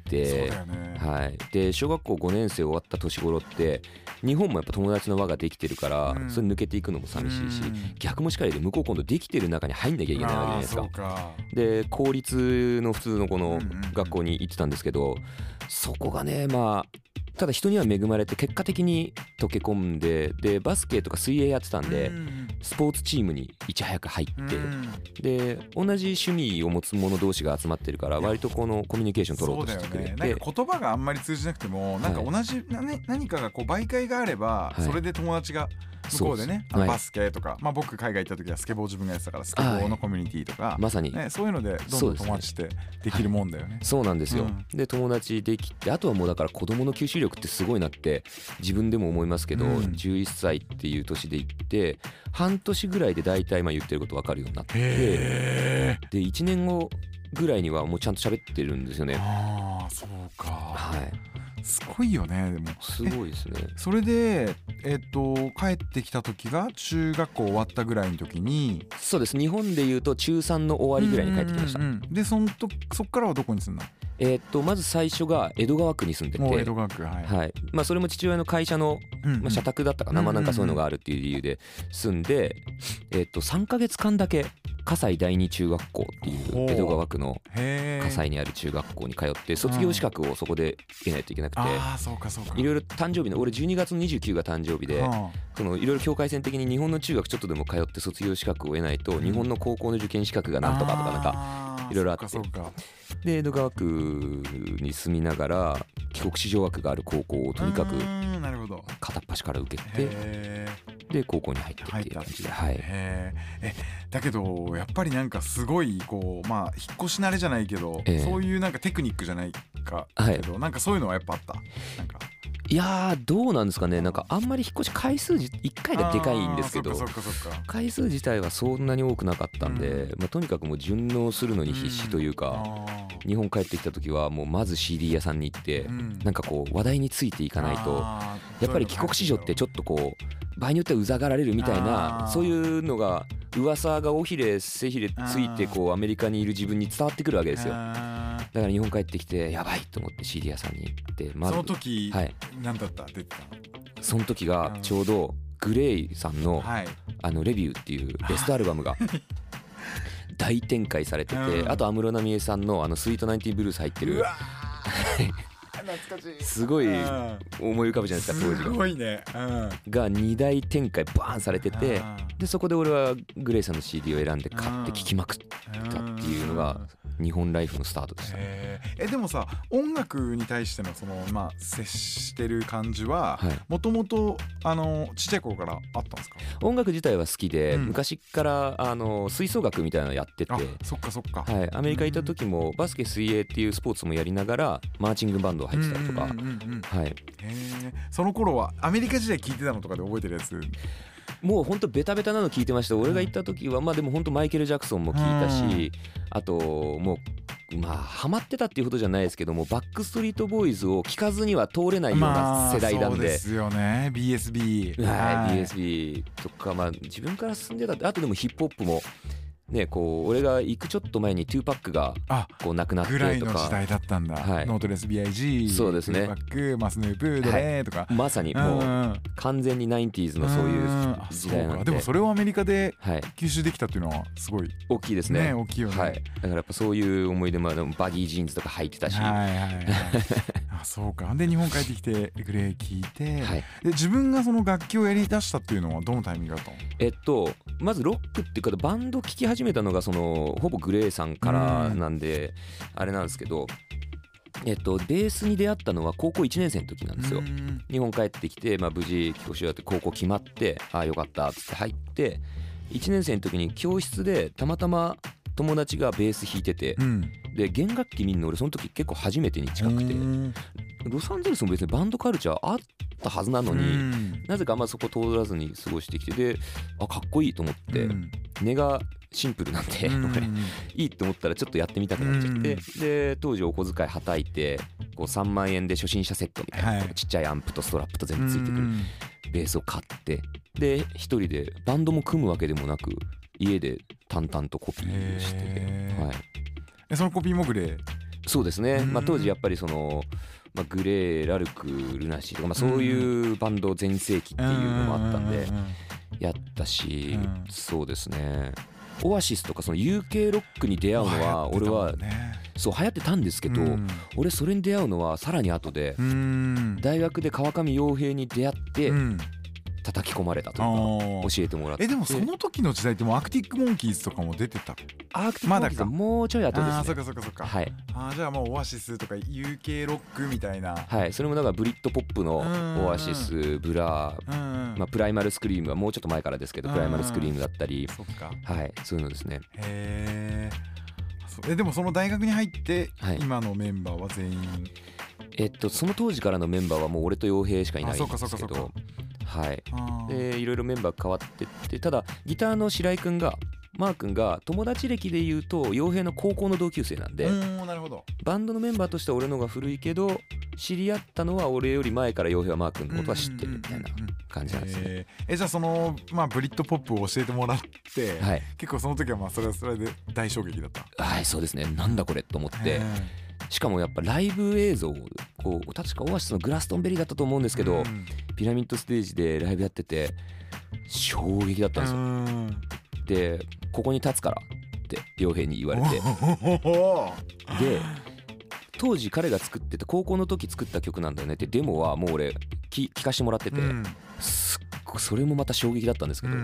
そうだよね、はい、で小学校ごねん生終わった年頃って日本もやっぱ友達の輪ができてるから、うん、それ抜けていくのも寂しいし、うん、逆もしかりで向こう今度できてる中に入んなきゃいけないわけじゃないですか。そうかで公立の普通のこの学校に行ってたんですけど、そこがねまあただ人には恵まれて結果的に溶け込んででバスケとか水泳やってたんでスポーツチームにいち早く入ってで同じ趣味を持つ者同士が集まってるから割とこのコミュニケーション取ろうとしてくれて、 なんか言葉があんまり通じなくてもなんか同じ何かがこう媒介があればそれで友達が向こうでね、バスケとか、まあ僕海外行った時はスケボー自分がやってたからスケボーのコミュニティとか、 まさにね、そういうのでどんどん友達ってできるもんだよね。 そうなんですよ。で友達できてあとはもうだから子供の吸収力ってすごいなって自分でも思いますけど、じゅういっさいっていう年で行って半年ぐらいで大体まあ言ってること分かるようになってでいちねんごぐらいにはもうちゃんと喋ってるんですよね。 ああそうか。はいすごいよね。でもすごいですね。 それでえっと帰ってきた時が中学校終わったぐらいの時に。 そうです。日本でいうと中さんの終わりぐらいに帰ってきました。うんうんうん、 でそんとそっからはどこに住んだの？ えー、っとまず最初が江戸川区に住んでて江戸川区、はいはい、まあ、それも父親の会社の、まあ、社宅だったかな、うんうん、まあ、なんかそういうのがあるっていう理由で住んで、えー、っとさんかげつかんだけ葛西第二中学校っていう江戸川区の葛西にある中学校に通って卒業資格をそこで得ないといけなくて、いろいろ誕生日の俺じゅうにがつのにじゅうくが誕生日でそのいろいろ境界線的に日本の中学ちょっとでも通って卒業資格を得ないと日本の高校の受験資格がなんとかとかなんかいろいろあってで江戸川区に住みながら帰国子女枠がある高校をとにかく片っ端から受けてで高校に入ってっていう感じで、はい、 えだけどやっぱりなんかすごいこうまあ引っ越し慣れじゃないけど、えー、そういうなんかテクニックじゃないかけど、はい、なんかそういうのはやっぱあったなんかいやーどうなんですかね。なんかあんまり引っ越し回数いっかいがでかいんですけど回数自体はそんなに多くなかったんで、うんまあ、とにかくもう順応するのに必死というか、うん、日本帰ってきた時はもうまず シーディー 屋さんに行って、うん、なんかこう話題についていかないとやっぱり帰国子女ってちょっとこう場合によってはうざがられるみたいなそういうのが噂が尾ひれ背ひれついてこうアメリカにいる自分に伝わってくるわけですよ。だから日本帰ってきてやばいと思って シーディー 屋さんに行ってまずその時、はい、何だった出てたのその時がちょうどグレイさんの、はい、あのレビューっていうベストアルバムが大展開されててあと安室奈美恵さんのあのスイートナインティーンブルース入ってる懐かしいすごい思い浮かぶじゃないですか当時がすごいね、 うん、がに大展開バーンされててでそこで俺はグレイさんの シーディー を選んで買って聴きまくったっていうのが日本ライフのスタートでした、ね、 えでもさ音楽に対してのそのまあ接してる感じはもともとあのちっちゃい頃からあったんですか？ 音楽自体は好きで、うん、昔からあの吹奏楽みたいなのやっててあそっかそっか、 はい、アメリカ行った時もバスケ水泳っていうスポーツもやりながらマーチングバンド入ってたりとか、はい、 その頃はアメリカ時代聴いてたのとかで覚えてるやつもうほんとベタベタなの聞いてました。俺が行った時はまあでもほんとマイケル・ジャクソンも聞いたしあともうまあハマってたっていうほどじゃないですけどもバックストリートボーイズを聞かずには通れないような世代なんで、まあ、そうですよね ビーエスビーはい ビーエスビー とかまあ自分から進んでたってあとでもヒップホップもね、こう俺が行くちょっと前にトゥーパックがこう亡くなってとかぐらいの時代だったんだ、はい、ノートレス ビーアイジーそうですねトゥーパックマスヌープドレーとか、はい、 まさにもう完全にナインティーズのそういう時代なんででもそれをアメリカで吸収できたっていうのはすごい大きいですね。 ね大きいよね、 はい、だからやっぱそういう思い出もバギージーンズとか履いてたし、はいはいはい、 あそうか。で日本帰ってきてグレー聴いて、はい、で自分がその楽器をやりだしたっていうのはどのタイミングだったの？ えっとまずロックっていうかバンド聴き始めたのがそのほぼグレーさんからなんであれなんですけどえっとベースに出会ったのは高校いちねん生の時なんですよ。日本帰ってきてまあ無事帰国しようって高校決まってああよかったっつって入っていちねん生の時に教室でたまたま友達がベース弾いてて、うん、で弦楽器見んの俺その時結構初めてに近くてロサンゼルスも別にバンドカルチャーあったはずなのになぜかあんまそこ通らずに過ごしてきてであかっこいいと思って、うん、根がシンプルなんでいいと思ったらちょっとやってみたくなっちゃってで当時お小遣いはたいてこうさんまんえんで初心者セットみたいな、はい、ちっちゃいアンプとストラップと全部ついてくるベースを買ってで一人でバンドも組むわけでもなく家で淡々とコピーしてて、はい、 えそのコピーもグレー？そうですね、まあ、当時やっぱりその、まあ、グレーラルクルナシーとか、まあ、そういうバンド全盛期っていうのもあったんでやったしそうですねオアシスとかその ユーケー ロックに出会うのは俺はそう流行ってたんですけど俺それに出会うのはさらに後で大学で川上洋平に出会って叩き込まれたというか教えてもらってえでもその時の時代ってもうアークティックモンキーズとかも出てたアークティックモンキーズはもうちょい後ですね。 あそっかそっかそっか、はい、あじゃあもうオアシスとか ユーケー ロックみたいなはいそれもだからブリッドポップのオアシスブラー、まあ、プライマルスクリームはもうちょっと前からですけどプライマルスクリームだったりそっかはいそういうのですね。 へーえでもその大学に入って、はい、今のメンバーは全員えっとその当時からのメンバーはもう俺と洋平しかいないんですけどはい、でいろいろメンバー変わってってただギターの白井くんがマー君が友達歴で言うと洋平の高校の同級生なんでなるほどバンドのメンバーとしては俺の方が古いけど知り合ったのは俺より前から洋平はマー君のことは知ってるみたいな感じなんですね。えー、 えじゃあその、まあ、ブリッドポップを教えてもらって、はい、結構その時はまあそれはそれで大衝撃だった。 はいそうですねなんだこれと思ってしかもやっぱライブ映像こう確かオアシスのグラストンベリーだったと思うんですけど、うん、ピラミッドステージでライブやってて衝撃だったんですよ、うん、でここに立つからって洋平に言われてで当時彼が作ってて高校の時作った曲なんだよねってデモはもう俺聴かしてもらってて、うん、すっごいそれもまた衝撃だったんですけど、うん、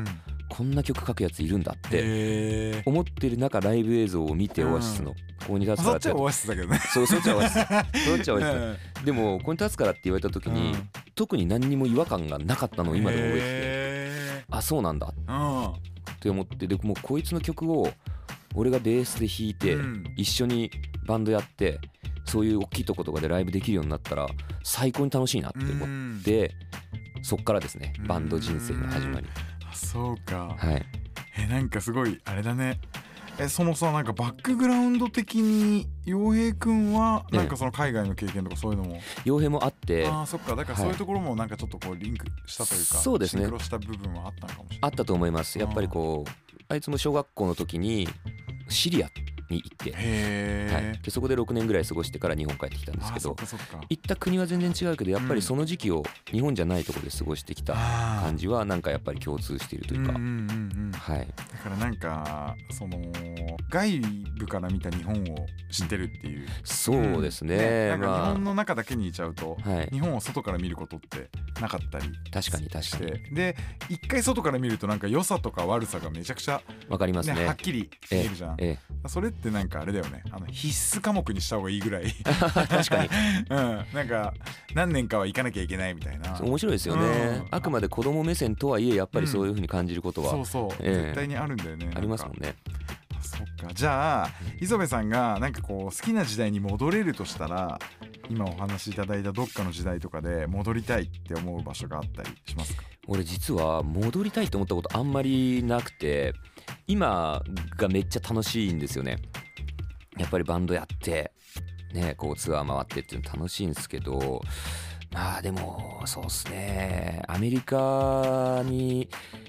こんな曲書くやついるんだって思ってる中、ライブ映像を見て、オアシスのここに立つからって、 そっちはオアシスだけどね。 そう、そっちはオアシスそっちはオアシスでもここに立つからって言われた時に、特に何にも違和感がなかったのを今でも覚えてて、あ、そうなんだって思って、でもうこいつの曲を俺がベースで弾いて一緒にバンドやって、そういう大きいとことかでライブできるようになったら最高に楽しいなって思って、そっからですね、バンド人生の始まり。 あ、そうか。 はい。 え、なんかすごいあれだね。え、そのさ、なんかバックグラウンド的に陽平くんはなんかその海外の経験とかそういうのも、 陽平もあって、 あ、そっか。だからそういうところもなんかちょっとこうリンクしたというか、 そうですね、 シンクロした部分はあったのかもしれない。 あったと思います。やっぱりこう、あいつも小学校の時にシリアに行って、はい、でそこでろくねんぐらい過ごしてから日本帰ってきたんですけど、行った国は全然違うけど、やっぱりその時期を日本じゃないところで過ごしてきた感じはなんかやっぱり共通しているというか、はい、 だからなんかその外部から見た日本を知ってるっていう、 そうですね、 なんか日本の中だけにいちゃうと、まあ、日本を外から見ることってなかったりして、 確かに確かに、 で一回外から見るとなんか良さとか悪さがめちゃくちゃわかりますね、 はっきり見えるじゃん、ええ、それってなんかあれだよね、あの必須科目にした方がいいぐらい確かに、 うん、なんか何年かは行かなきゃいけないみたいな、 面白いですよね、うん、あくまで子供目線とはいえやっぱりそういう風に感じることは、 うん、そうそう、えー、絶対にあるんだよね、 ありますもんね。 そっか。じゃあ磯部さんがなんかこう好きな時代に戻れるとしたら、今お話しいただいたどっかの時代とかで戻りたいって思う場所があったりしますか？ 俺実は戻りたいと思ったことあんまりなくて、今がめっちゃ楽しいんですよね。やっぱりバンドやってね、こうツアー回ってっていうの楽しいんですけど、まあでもそうっすね、アメリカに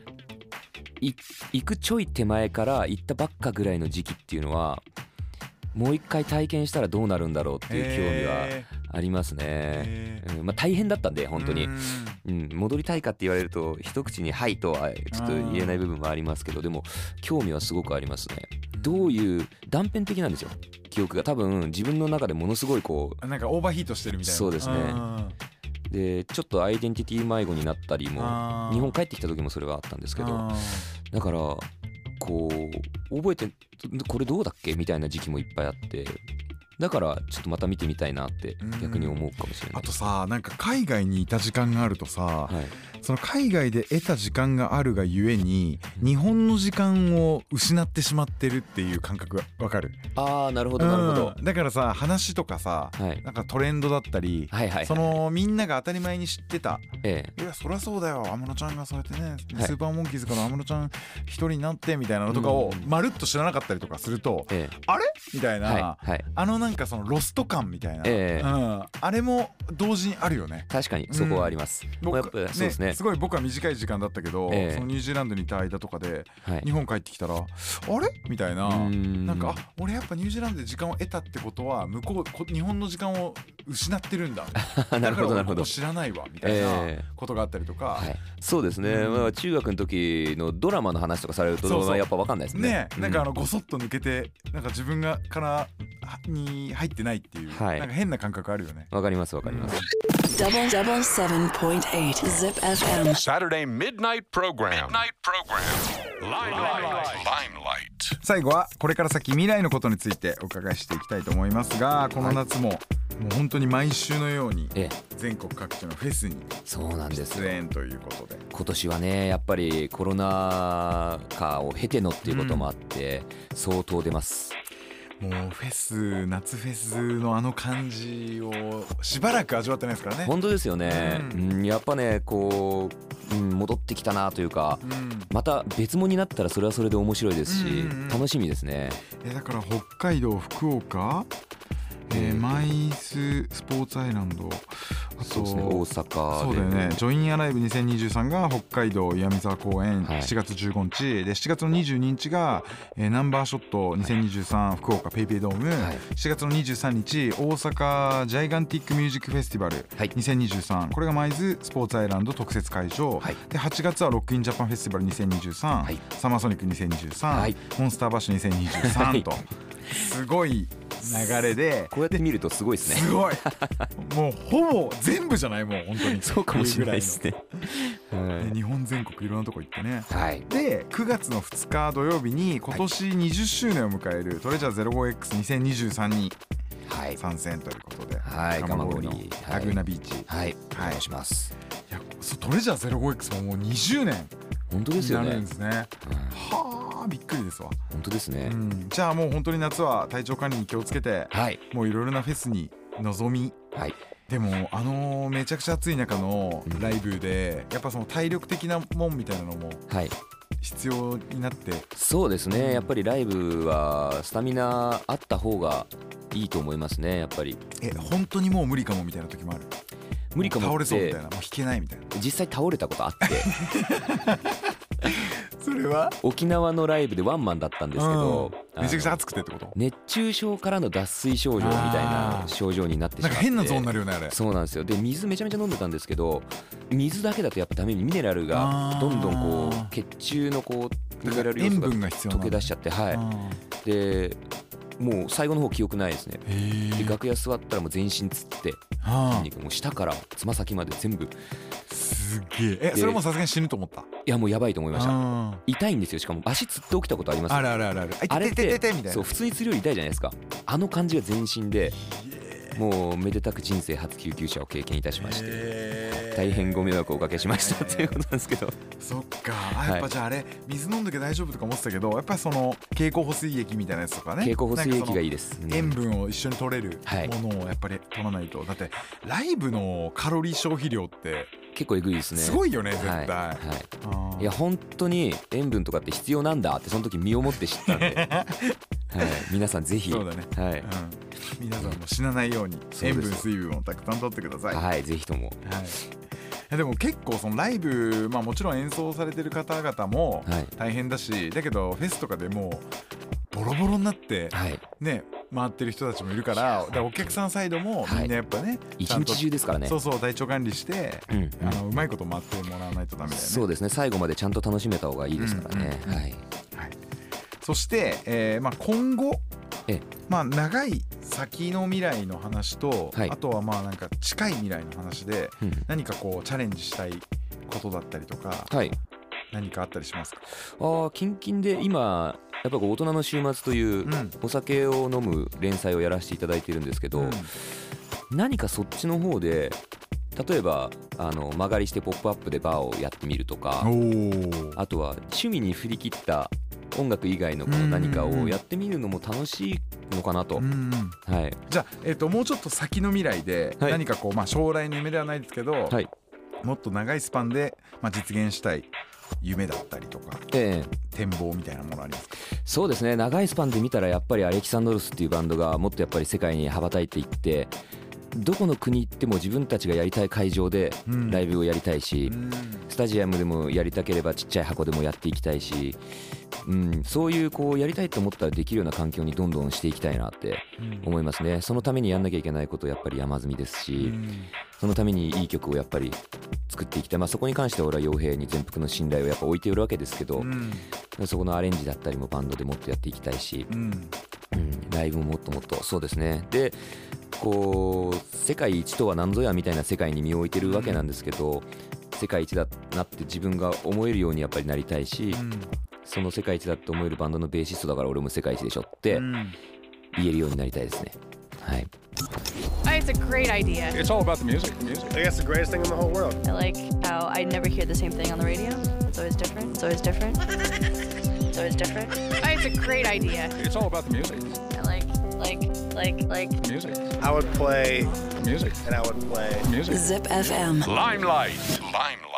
行くちょい手前から行ったばっかぐらいの時期っていうのは、もう一回体験したらどうなるんだろうっていう興味はありますね、うん、まあ大変だったんで本当に、うん、戻りたいかって言われると一口にはいとはちょっと言えない部分もありますけど、でも興味はすごくありますね。どういう断片的なんですよ、記憶が。多分自分の中でものすごいこうなんかオーバーヒートしてるみたいな。 そうですね。でちょっとアイデンティティ迷子になったりも、日本帰ってきた時もそれはあったんですけど、だからこう覚えてこれどうだっけみたいな時期もいっぱいあって、だからちょっとまた見てみたいなって逆に思うかもしれない。 あとさ、なんか海外にいた時間があるとさ、はい、その海外で得た時間があるがゆえに日本の時間を失ってしまってるっていう感覚がわかる？ あー、なるほどなるほど、 うん、だからさ、話とかさ、はい、なんかトレンドだったり、はいはいはいはい、そのみんなが当たり前に知ってた、ええ、いやそりゃそうだよ、安室ちゃんがそうやってね、はい、スーパーモンキーズから安室ちゃん一人になってみたいなのとかをまるっと知らなかったりとかすると、ええ、あれみたいな、はいはい、あのなんかそのロスト感みたいな、ええ、うん、あれも同時にあるよね。 確かにそこはあります、うん、やっぱそうですね、 すごい僕は短い時間だったけど、ええ、そのニュージーランドにいた間とかで、はい、日本帰ってきたらあれみたいな、なんかあ俺やっぱニュージーランドで時間を得たってことは向こう日本の時間を失ってるんだなるほどなるほど、 知らないわみたいなことがあったりとか、えーはい、そうですね、 うん、まあ、中学の時のドラマの話とかされるとそうそうやっぱ分かんないですね。 ね、なんかあのごそっと抜けてなんか自分がからに入ってないっていう、はい、なんか変な感覚あるよね。 わかりますわかります。 ダブルセブンセブンポイントエイト Zip エフエム Saturday Midnight Program Midnight Program Limelight 最後はこれから先未来のことについてお伺いしていきたいと思いますが、この夏も、はい、もう本当に毎週のように全国各地のフェスに出演ということで、 今年はねやっぱりコロナ禍を経てのっていうこともあって、うん、相当出ます。 もうフェス、夏フェスのあの感じをしばらく味わってないですからね。 本当ですよね、うんうん、やっぱねこう、うん、戻ってきたなというか、うん、また別物になったらそれはそれで面白いですし、うんうんうん、楽しみですね。 えだから北海道、福岡、えー、マイススポーツアイランド、あとそうですね、大阪そうだよね、ジョインアライブにせんにじゅうさんが北海道岩見沢公園、はい、しちがつじゅうごにちで、しちがつのにじゅうににちが、えー、ナンバーショットにせんにじゅうさん、はい、福岡ペイペイドーム、はい、しちがつのにじゅうさんにち大阪ジャイガンティックミュージックフェスティバル、はい、にせんにじゅうさん、これがマイズスポーツアイランド特設会場、はい、ではちがつはロックインジャパンフェスティバルにせんにじゅうさん、はい、サマーソニックにせんにじゅうさん、はい、モンスターバッシュにせんにじゅうさんと、はい、すごい流れで、 こうやって見るとすごいですね。 すごいもうほぼ全部じゃない、もう本当にそうかもしれないですねはい、日本全国いろんなとこ行ってね、 はい、 でくがつのふつか土曜日に今年にじゅっしゅうねんを迎えるトレジャー ゼロごエックスにせんにじゅうさん に参戦ということで、 はい、蒲郡のラグーナビーチ、 はい、お願いします。 いやトレジャー ゼロごエックス ももうにじゅうねん本当ですよね。 なるんですね、うん、はあびっくりですわ。 本当ですね、 うん、じゃあもう本当に夏は体調管理に気をつけて、はい、もういろいろなフェスに臨み、はい、でもあのめちゃくちゃ暑い中のライブで、うん、やっぱその体力的なもんみたいなのも必要になって、はい、 そうですね。やっぱりライブはスタミナあった方がいいと思いますね。やっぱりえ本当にもう無理かもみたいな時もある。 無理かもって倒れそうみたいな、もう弾けないみたいな。 実際倒れたことあってそれは沖縄のライブでワンマンだったんですけど、 めちゃくちゃ暑くてってこと？ 熱中症からの脱水症状みたいな症状になってしまって、 なんか変なゾーンになるよねあれ。 そうなんですよ。で水めちゃめちゃ飲んでたんですけど、水だけだとやっぱダメにミネラルがどんどんこう血中のこうミネラル要素が溶け出しちゃって、はい、でもう最後の方記憶ないですね。で楽屋座ったらもう全身つって筋肉も下からつま先まで全部。 すげえ。えそれもさすがに死ぬと思った？ いやもうやばいと思いました。痛いんですよ。しかも足つって起きたことあります？ あるあるあるある。 あれってそう普通につるより痛いじゃないですか。あの感じが全身で、もうめでたく人生初救急車を経験いたしまして、大変ご迷惑をおかけしましたということなんですけど。 そっか。あやっぱじゃああれ水飲んどけ大丈夫とか思ってたけど、やっぱりその経口補水液みたいなやつとかね。 経口補水液がいいです。 塩分を一緒に取れるものをやっぱり取らないと。だってライブのカロリー消費量って結構えぐいですね。 すごいよね絶対、はいはい、いや本当に塩分とかって必要なんだってその時身をもって知ったんで、はい、皆さんぜひそうだね、はい、うん、皆さんも死なないように塩分水分をたくさん取ってください。 はいぜひとも、はい 、でも結構そのライブ、まあ、もちろん演奏されてる方々も大変だし、はい、だけどフェスとかでもうボロボロになって、はい、ね回ってる人たちもいるから、だからお客さんサイドもみんなやっぱね、はい、 一日中ですからね。 そうそう体調管理して、うん、あのうまいこと回ってもらわないとダメだよね。 そうですね。最後までちゃんと楽しめた方がいいですからね、うんうんうん、はい、はい、 そして、えーまあ、今後えまあ長い先の未来の話と、はい、あとはまあなんか近い未来の話で、うん、何かこうチャレンジしたいことだったりとか、はい、何かあったりしますか？ ああ、近々で今やっぱ大人の週末というお酒を飲む連載をやらせていただいているんですけど、うん、何かそっちの方で例えばあの間借りしてポップアップでバーをやってみるとか、あとは趣味に振り切った音楽以外のこの何かをやってみるのも楽しいのかなと、うんうん、はい、 じゃあ、えーと、もうちょっと先の未来で何かこう、まあ、将来の夢ではないですけど、はい、もっと長いスパンで、まあ、実現したい夢だったりとか、えー、展望みたいなものありますか？ そうですね。長いスパンで見たらやっぱりアレキサンドロスっていうバンドがもっとやっぱり世界に羽ばたいていって、どこの国行っても自分たちがやりたい会場でライブをやりたいし、うん、スタジアムでもやりたければちっちゃい箱でもやっていきたいし、うん、そういうこうやりたいと思ったらできるような環境にどんどんしていきたいなって思いますね、うん、そのためにやんなきゃいけないことやっぱり山積みですし、うん、そのためにいい曲をやっぱり作っていきたい、まあ、そこに関しては俺は陽平に全幅の信頼をやっぱ置いているわけですけど、うん、そこのアレンジだったりもバンドでもっとやっていきたいし、うんうん、ライブももっともっとそうですね。でこう世界一とは何ぞやみたいな世界に身を置いてるわけなんですけど、世界一だなって自分が思えるようにやっぱりなりたいし、うん、その世界一だって思えるバンドのベーシストだから俺も世界一でしょって言えるようになりたいですね。はい。 It's a great idea. It's all about the music. The music. I guess the greatest thing in the whole world. I like how I never hear the same thing on the radio. It's always different. It's always different. It's always different. It's a great idea. It's all about the music. I like, like, like, like music. I would play music, and I would play music. Zip エフエム. Limelight. Limelight.